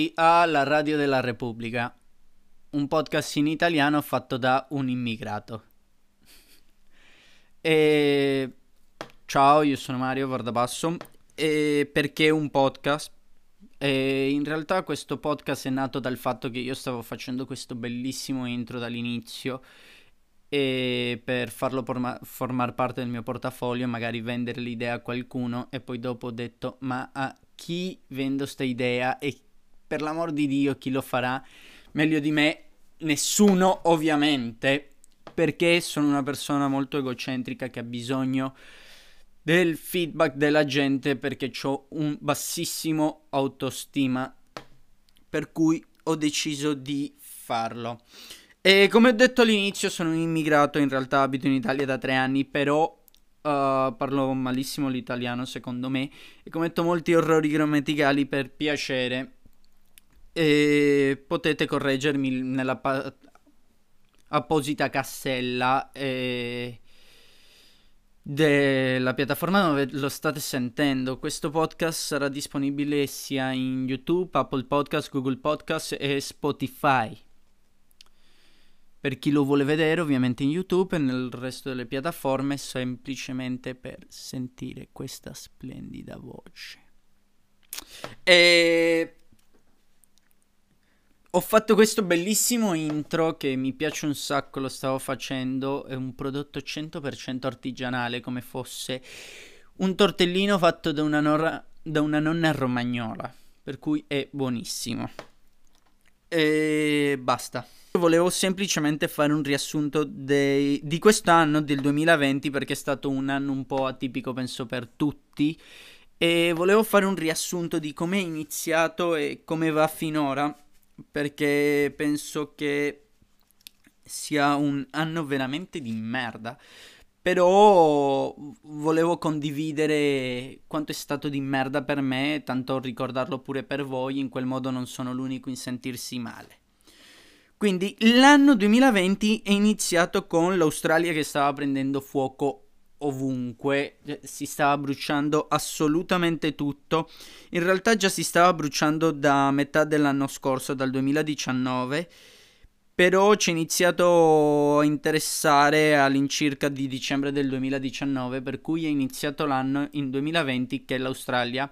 benvenuti alla Radio della Repubblica, un podcast in italiano fatto da un immigrato. E... Ciao, io sono Mario Vardabasso. E perché un podcast? In realtà questo podcast è nato dal fatto che io stavo facendo questo bellissimo intro dall'inizio e per farlo formare parte del mio portafoglio, magari vendere l'idea a qualcuno, e poi dopo ho detto: ma a chi vendo sta idea? E per l'amor di Dio, chi lo farà meglio di me? Nessuno, ovviamente, perché sono una persona molto egocentrica che ha bisogno del feedback della gente, perché ho un bassissimo autostima, per cui ho deciso di farlo. E come ho detto all'inizio, sono un immigrato, in realtà abito in Italia da 3 anni, però parlo malissimo l'italiano secondo me e commetto molti errori grammaticali. Per piacere, e potete correggermi nella apposita cassella della piattaforma dove lo state sentendo. Questo podcast sarà disponibile sia in YouTube, Apple Podcast, Google Podcast e Spotify. Per chi lo vuole vedere, ovviamente in YouTube e nel resto delle piattaforme, semplicemente per sentire questa splendida voce. E ho fatto questo bellissimo intro che mi piace un sacco, lo stavo facendo, è un prodotto 100% artigianale, come fosse un tortellino fatto da una nonna romagnola, per cui è buonissimo. E basta. Volevo semplicemente fare un riassunto di quest'anno, del 2020, perché è stato un anno un po' atipico, penso, per tutti. E volevo fare un riassunto di come è iniziato e come va finora, perché penso che sia un anno veramente di merda. Però volevo condividere quanto è stato di merda per me, tanto ricordarlo pure per voi, in quel modo non sono l'unico in sentirsi male. Quindi l'anno 2020 è iniziato con l'Australia che stava prendendo fuoco ovunque, si stava bruciando assolutamente tutto. In realtà già si stava bruciando da metà dell'anno scorso, dal 2019, però ci è iniziato a interessare all'incirca di dicembre del 2019, per cui è iniziato l'anno in 2020 che l'Australia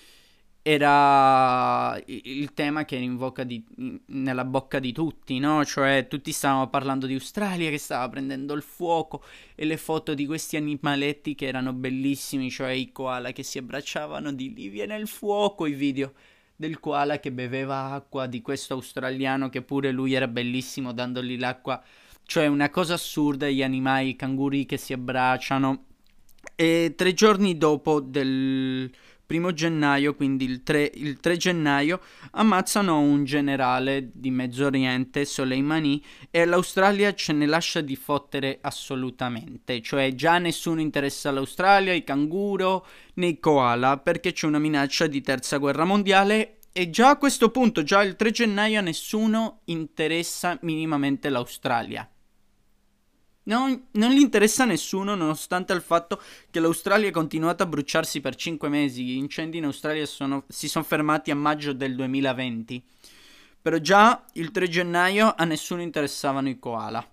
era il tema che era nella bocca di tutti, no? Cioè tutti stavano parlando di Australia che stava prendendo il fuoco e le foto di questi animaletti che erano bellissimi, cioè i koala che si abbracciavano, di lì viene il fuoco, i video del koala che beveva acqua, di questo australiano che pure lui era bellissimo dandogli l'acqua, cioè una cosa assurda, gli animali, i canguri che si abbracciano. E 3 giorni dopo del 1° gennaio, quindi il 3 gennaio, ammazzano un generale di Medio Oriente, Soleimani, e l'Australia ce ne lascia di fottere assolutamente. Cioè già nessuno interessa all'Australia, i canguro, né i koala, perché c'è una minaccia di terza guerra mondiale. E già a questo punto, già il 3 gennaio, a nessuno interessa minimamente l'Australia. Non gli interessa a nessuno, nonostante il fatto che l'Australia è continuata a bruciarsi per 5 mesi. Gli incendi in Australia si sono fermati a maggio del 2020. Però già il 3 gennaio a nessuno interessavano i koala.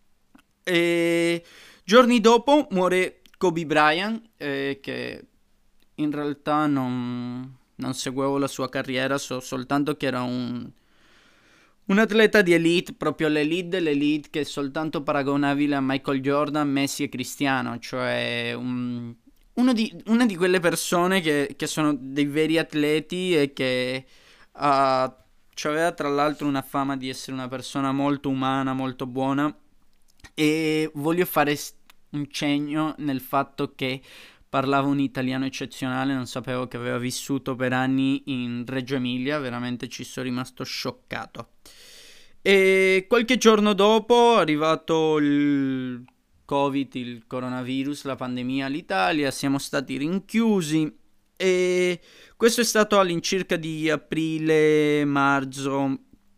E giorni dopo muore Kobe Bryant, che in realtà non seguivo la sua carriera, so soltanto che era un atleta di elite, proprio l'elite dell'elite, che è soltanto paragonabile a Michael Jordan, Messi e Cristiano, cioè una di quelle persone che sono dei veri atleti e che aveva tra l'altro una fama di essere una persona molto umana, molto buona. E voglio fare un cenno nel fatto che parlava un italiano eccezionale, non sapevo che aveva vissuto per anni in Reggio Emilia, veramente ci sono rimasto scioccato. E qualche giorno dopo è arrivato il Covid, il coronavirus, la pandemia all'Italia, siamo stati rinchiusi e questo è stato all'incirca di aprile, marzo,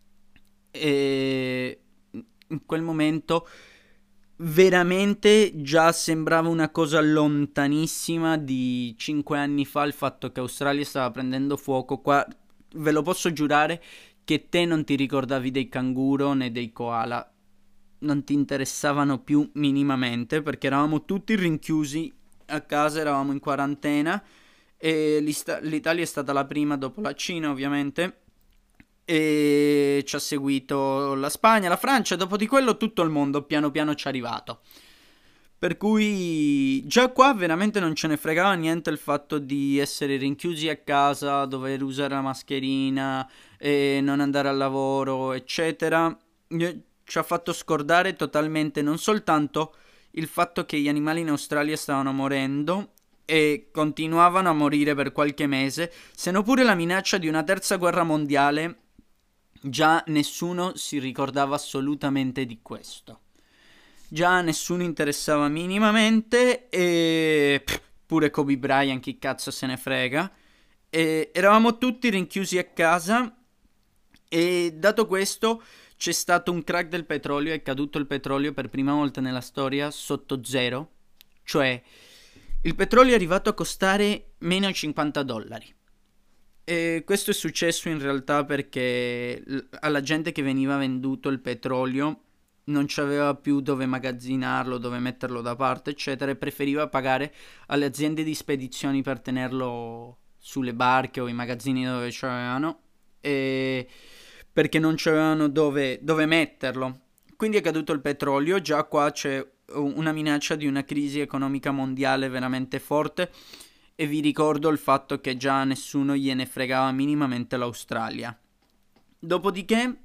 e in quel momento veramente già sembrava una cosa lontanissima di 5 anni fa il fatto che Australia stava prendendo fuoco. Qua ve lo posso giurare che te non ti ricordavi dei canguro né dei koala, non ti interessavano più minimamente perché eravamo tutti rinchiusi a casa, eravamo in quarantena e l'Italia è stata la prima dopo la Cina ovviamente e ci ha seguito la Spagna, la Francia e dopo di quello tutto il mondo piano piano ci è arrivato. Per cui già qua veramente non ce ne fregava niente il fatto di essere rinchiusi a casa, dover usare la mascherina e non andare al lavoro, eccetera. Ci ha fatto scordare totalmente non soltanto il fatto che gli animali in Australia stavano morendo e continuavano a morire per qualche mese, se no pure la minaccia di una terza guerra mondiale. Già nessuno si ricordava assolutamente di questo. Già nessuno interessava minimamente e pure Kobe Bryant chi cazzo se ne frega. E eravamo tutti rinchiusi a casa e dato questo c'è stato un crack del petrolio, è caduto il petrolio per prima volta nella storia sotto zero, cioè il petrolio è arrivato a costare meno $50. E questo è successo in realtà perché alla gente che veniva venduto il petrolio non c'aveva più dove magazzinarlo, dove metterlo da parte, eccetera, e preferiva pagare alle aziende di spedizioni per tenerlo sulle barche o i magazzini dove c'avevano, e perché non c'avevano dove metterlo. Quindi è caduto il petrolio, già qua c'è una minaccia di una crisi economica mondiale veramente forte e vi ricordo il fatto che già nessuno gliene fregava minimamente l'Australia. Dopodiché,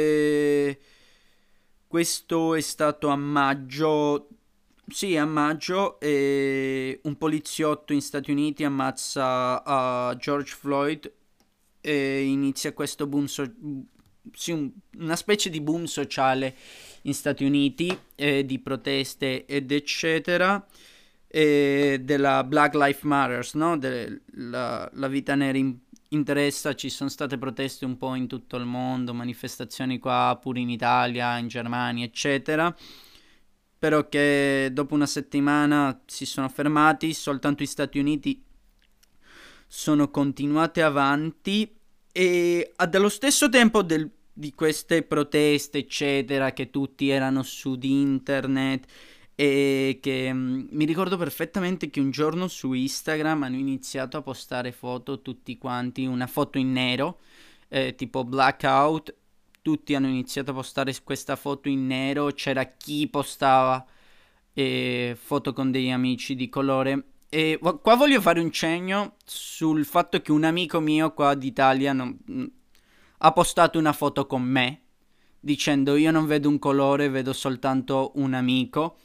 questo è stato a maggio. Sì, a maggio un poliziotto in Stati Uniti ammazza a George Floyd e inizia questo boom, sì, una specie di boom sociale in Stati Uniti di proteste ed eccetera della Black Lives Matter, no? La vita nera interessa, ci sono state proteste un po' in tutto il mondo, manifestazioni qua pure in Italia, in Germania, eccetera. Però che dopo una settimana si sono fermati, soltanto gli Stati Uniti sono continuate avanti e dallo stesso tempo di queste proteste, eccetera, che tutti erano su di internet e che mi ricordo perfettamente che un giorno su Instagram hanno iniziato a postare foto tutti quanti, una foto in nero, tipo blackout, tutti hanno iniziato a postare questa foto in nero, c'era chi postava foto con degli amici di colore. E qua voglio fare un cenno sul fatto che un amico mio qua d'Italia ha postato una foto con me dicendo io non vedo un colore, vedo soltanto un amico.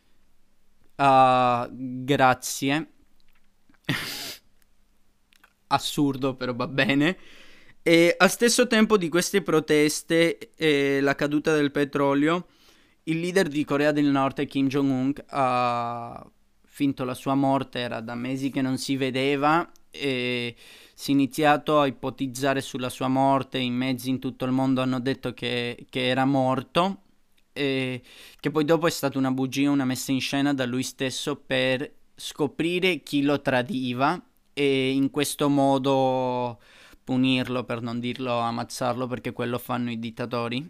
Grazie. Assurdo, però va bene. E al stesso tempo di queste proteste e la caduta del petrolio, il leader di Corea del Nord, Kim Jong-un, ha finto la sua morte, era da mesi che non si vedeva e si è iniziato a ipotizzare sulla sua morte, i mezzi in tutto il mondo hanno detto che era morto e che poi dopo è stata una bugia, una messa in scena da lui stesso per scoprire chi lo tradiva e in questo modo punirlo, per non dirlo ammazzarlo, perché quello fanno i dittatori.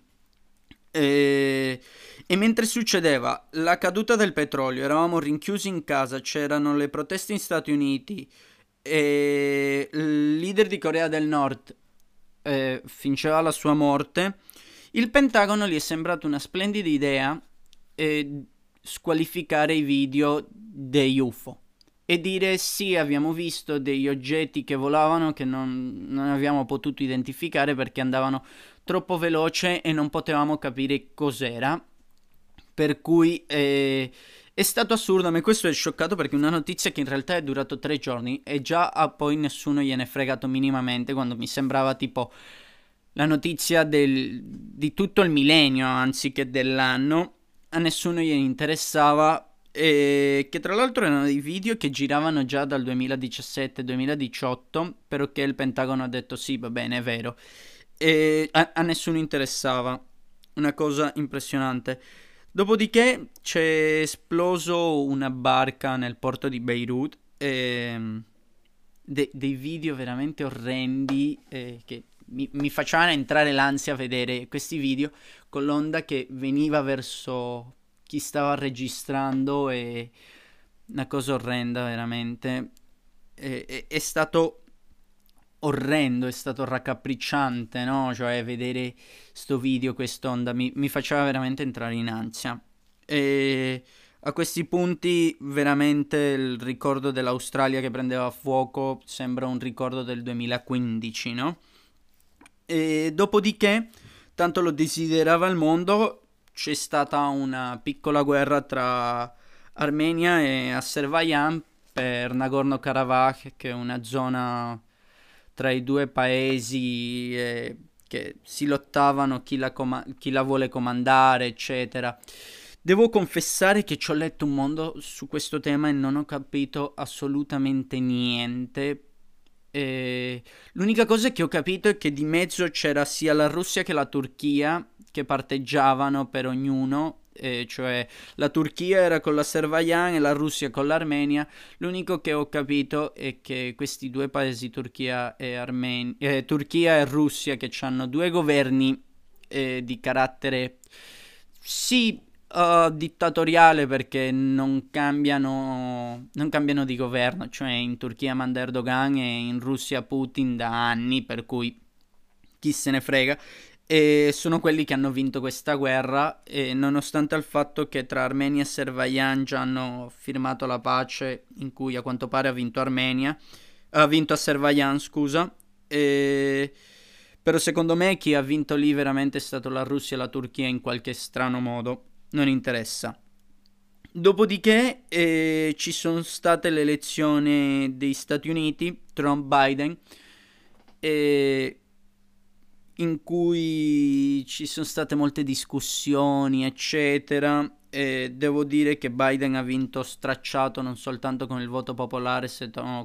E mentre succedeva la caduta del petrolio, eravamo rinchiusi in casa, c'erano le proteste in Stati Uniti e il leader di Corea del Nord fingeva la sua morte, il Pentagono gli è sembrato una splendida idea squalificare i video degli UFO e dire sì, abbiamo visto degli oggetti che volavano che non abbiamo potuto identificare perché andavano troppo veloce e non potevamo capire cos'era. Per cui è stato assurdo. A me questo è scioccato perché è una notizia che in realtà è durato 3 giorni e già a poi nessuno gliene è fregato minimamente, quando mi sembrava tipo la notizia di tutto il millennio anziché dell'anno. A nessuno gliene interessava. E che tra l'altro erano dei video che giravano già dal 2017-2018, però che il Pentagono ha detto sì, va bene, è vero. E a nessuno interessava. Una cosa impressionante. Dopodiché c'è esploso una barca nel porto di Beirut e dei video veramente orrendi che mi faceva entrare l'ansia a vedere questi video con l'onda che veniva verso chi stava registrando, e una cosa orrenda veramente. È stato orrendo, è stato raccapricciante, no? Cioè vedere sto video, quest'onda mi faceva veramente entrare in ansia. E a questi punti veramente il ricordo dell'Australia che prendeva fuoco sembra un ricordo del 2015, no? E dopodiché, tanto lo desiderava il mondo, c'è stata una piccola guerra tra Armenia e Azerbaijan per Nagorno-Karabakh, che è una zona tra i due paesi che si lottavano chi la vuole comandare, eccetera. Devo confessare che ci ho letto un mondo su questo tema e non ho capito assolutamente niente. L'unica cosa che ho capito è che di mezzo c'era sia la Russia che la Turchia che parteggiavano per ognuno, cioè la Turchia era con l'Azerbaijan e la Russia con l'Armenia. L'unico che ho capito è che questi due paesi, Turchia e Russia, che hanno due governi di carattere sì dittatoriale, perché non cambiano di governo, cioè in Turchia manda Erdogan e in Russia Putin da anni, per cui chi se ne frega. E sono quelli che hanno vinto questa guerra, e nonostante il fatto che tra Armenia e Azerbaijan già hanno firmato la pace in cui a quanto pare ha vinto Azerbaijan, scusa, però secondo me chi ha vinto lì veramente è stato la Russia e la Turchia in qualche strano modo, non interessa. Dopodiché ci sono state le elezioni degli Stati Uniti, Trump-Biden, eh, in cui ci sono state molte discussioni, eccetera. E devo dire che Biden ha vinto stracciato non soltanto con il voto popolare, ma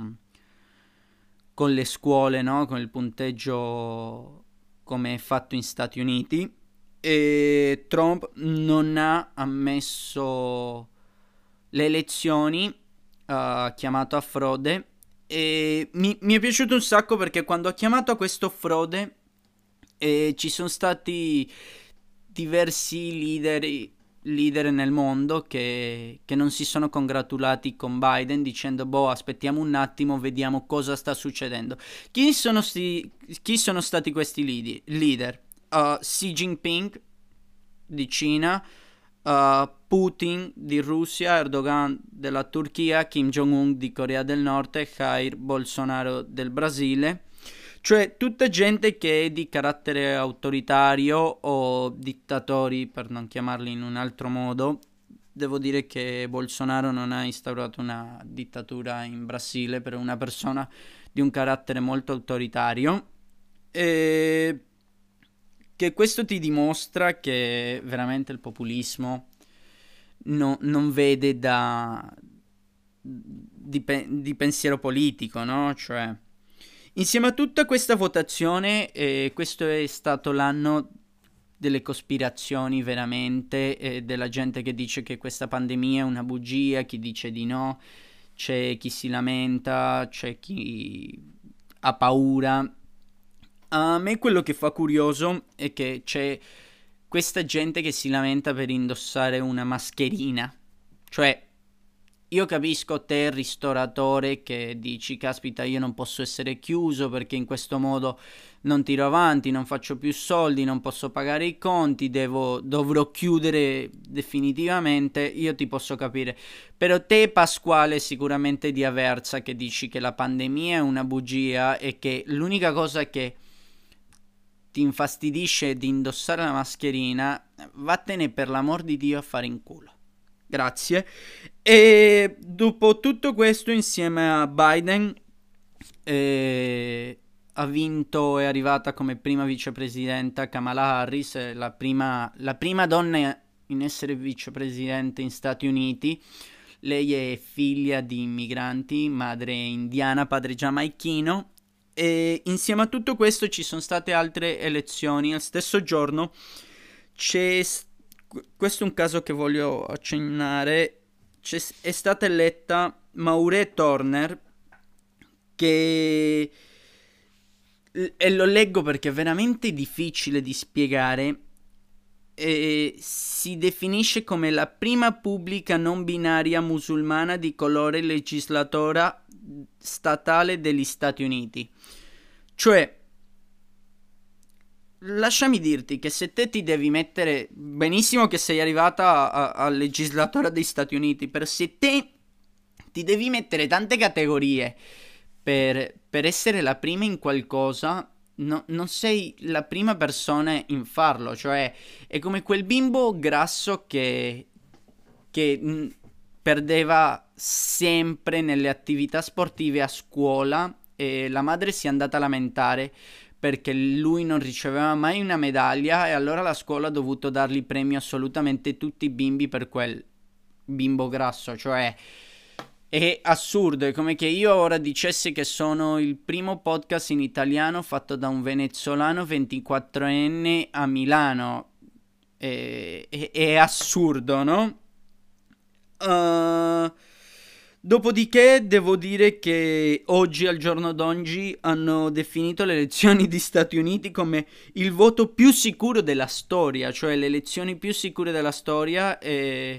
con le scuole, no? Con il punteggio come è fatto in Stati Uniti. E Trump non ha ammesso le elezioni, ha chiamato a frode, e mi è piaciuto un sacco perché quando ha chiamato a questo frode ci sono stati diversi leader nel mondo che non si sono congratulati con Biden dicendo boh, aspettiamo un attimo, vediamo cosa sta succedendo. Chi sono stati questi leader? Xi Jinping di Cina, Putin di Russia, Erdogan della Turchia, Kim Jong-un di Corea del Nord e Jair Bolsonaro del Brasile. Cioè tutta gente che è di carattere autoritario o dittatori, per non chiamarli in un altro modo. Devo dire che Bolsonaro non ha instaurato una dittatura in Brasile, per una persona di un carattere molto autoritario. E che questo ti dimostra che veramente il populismo non vede di pensiero politico, no? Cioè, insieme a tutta questa votazione, questo è stato l'anno delle cospirazioni veramente, della gente che dice che questa pandemia è una bugia, chi dice di no, c'è chi si lamenta, c'è chi ha paura. A me quello che fa curioso è che c'è questa gente che si lamenta per indossare una mascherina. Cioè, io capisco te, ristoratore, che dici, caspita, io non posso essere chiuso perché in questo modo non tiro avanti, non faccio più soldi, non posso pagare i conti, dovrò chiudere definitivamente. Io ti posso capire. Però te, Pasquale, sicuramente di Aversa, che dici che la pandemia è una bugia e che l'unica cosa che ti infastidisce di indossare la mascherina, vattene per l'amor di Dio a fare in culo. Grazie. E dopo tutto questo, insieme a Biden, ha vinto, è arrivata come prima vicepresidenta Kamala Harris, la prima donna in essere vicepresidente in Stati Uniti. Lei è figlia di immigranti, madre indiana, padre giamaichino. E insieme a tutto questo ci sono state altre elezioni. Al stesso giorno questo è un caso che voglio accennare. È stata eletta Maureen Turner, che e lo leggo perché è veramente difficile di spiegare. Si definisce come la prima pubblica non binaria musulmana di colore legislatora statale degli Stati Uniti. Cioè, lasciami dirti che se te ti devi mettere, benissimo che sei arrivata al legislatore degli Stati Uniti, però se te ti devi mettere tante categorie per essere la prima in qualcosa, non sei la prima persona in farlo. Cioè, è come quel bimbo grasso che perdeva sempre nelle attività sportive a scuola, e la madre si è andata a lamentare perché lui non riceveva mai una medaglia, e allora la scuola ha dovuto dargli premio assolutamente tutti i bimbi per quel bimbo grasso. Cioè, è assurdo. È come che io ora dicessi che sono il primo podcast in italiano fatto da un venezuelano 24enne a Milano. È assurdo, no? Uh, Dopodiché devo dire che oggi, al giorno d'oggi, hanno definito le elezioni di Stati Uniti come il voto più sicuro della storia, cioè le elezioni più sicure della storia, e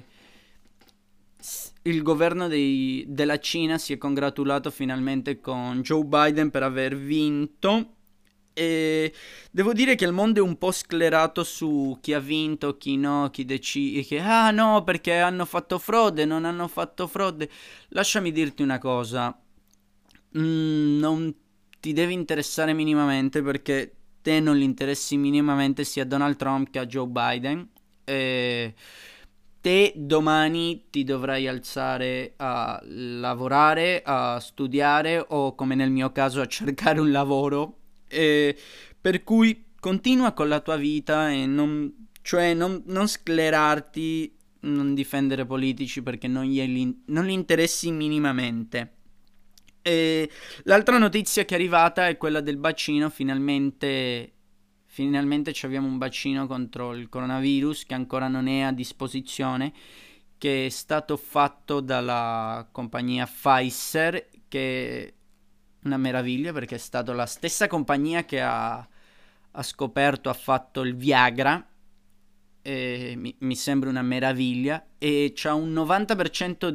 il governo della Cina si è congratulato finalmente con Joe Biden per aver vinto. E devo dire che il mondo è un po' sclerato su chi ha vinto, chi no, chi decide, che ah no, perché hanno fatto frode, non hanno fatto frode. Lasciami dirti una cosa, non ti deve interessare minimamente, perché te non gli interessi minimamente sia a Donald Trump che a Joe Biden. E te domani ti dovrai alzare a lavorare, a studiare, o come nel mio caso a cercare un lavoro. Per cui continua con la tua vita e non sclerarti, non difendere politici perché non gli interessi minimamente. E l'altra notizia che è arrivata è quella del vaccino. Finalmente ci abbiamo un vaccino contro il coronavirus che ancora non è a disposizione, che è stato fatto dalla compagnia Pfizer, che è una meraviglia perché è stata la stessa compagnia che ha scoperto, ha fatto il Viagra. E mi sembra una meraviglia, e c'ha un 90%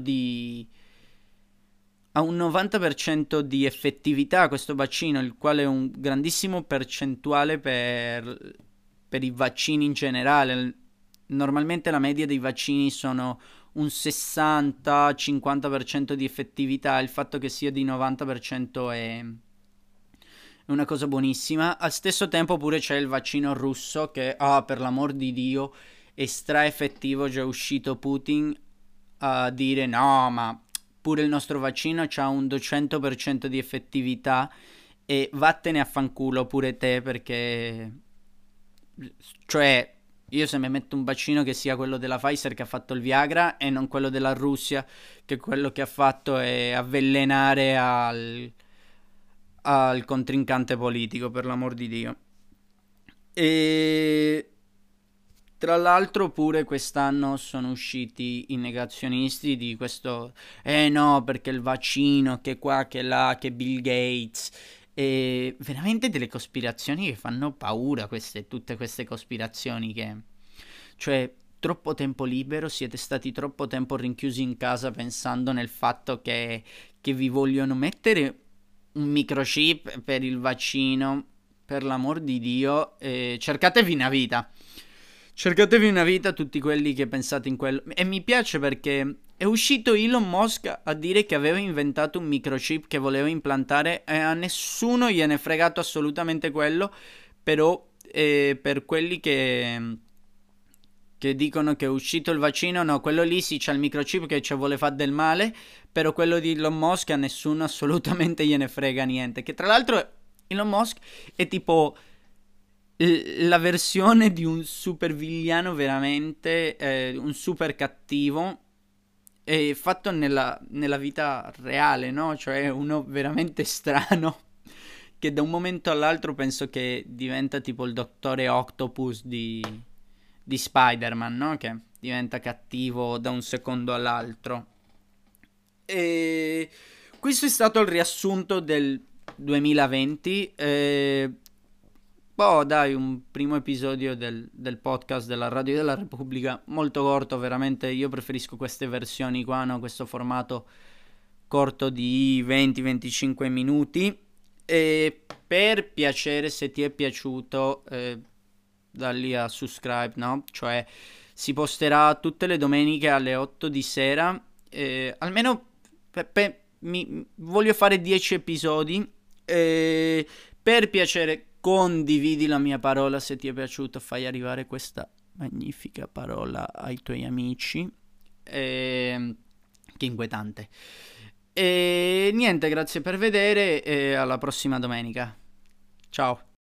di effettività questo vaccino, il quale è un grandissimo percentuale per i vaccini in generale. Normalmente la media dei vaccini sono un 60-50% di effettività. Il fatto che sia di 90% è una cosa buonissima. Al stesso tempo pure c'è il vaccino russo che, per l'amor di Dio, è stra effettivo. Già è uscito Putin a dire no, ma pure il nostro vaccino ha un 200% di effettività, e vattene a fanculo pure te, perché cioè io se mi metto un vaccino che sia quello della Pfizer che ha fatto il Viagra, e non quello della Russia, che quello che ha fatto è avvelenare al contrincante politico, per l'amor di Dio. E tra l'altro pure quest'anno sono usciti i negazionisti di questo, eh no, perché il vaccino, che qua, che là, che Bill Gates, e veramente delle cospirazioni che fanno paura, tutte queste cospirazioni che, cioè, troppo tempo libero, siete stati troppo tempo rinchiusi in casa pensando nel fatto che vi vogliono mettere un microchip per il vaccino. Per l'amor di Dio, cercatevi una vita. Cercatevi una vita tutti quelli che pensate in quello. E mi piace perché è uscito Elon Musk a dire che aveva inventato un microchip che voleva implantare, e a nessuno gliene è fregato assolutamente quello. Però per quelli che dicono che è uscito il vaccino, no, quello lì sì, c'ha il microchip che ci vuole fare del male, però quello di Elon Musk a nessuno assolutamente gliene frega niente. Che tra l'altro Elon Musk è tipo la versione di un super villano, veramente, un super cattivo, è fatto nella vita reale, no? Cioè uno veramente strano, che da un momento all'altro penso che diventa tipo il dottore Octopus di Spider-Man, no? Che diventa cattivo da un secondo all'altro. E questo è stato il riassunto del 2020. Dai, un primo episodio del podcast della Radio della Repubblica, molto corto, veramente. Io preferisco queste versioni qua, no? Questo formato corto di 20-25 minuti. E per piacere, se ti è piaciuto, da lì a subscribe, no? Cioè, si posterà tutte le domeniche alle 8 di sera. Almeno voglio fare 10 episodi. Per piacere, condividi la mia parola se ti è piaciuto, fai arrivare questa magnifica parola ai tuoi amici. Che inquietante. E niente, grazie per vedere e alla prossima domenica. Ciao.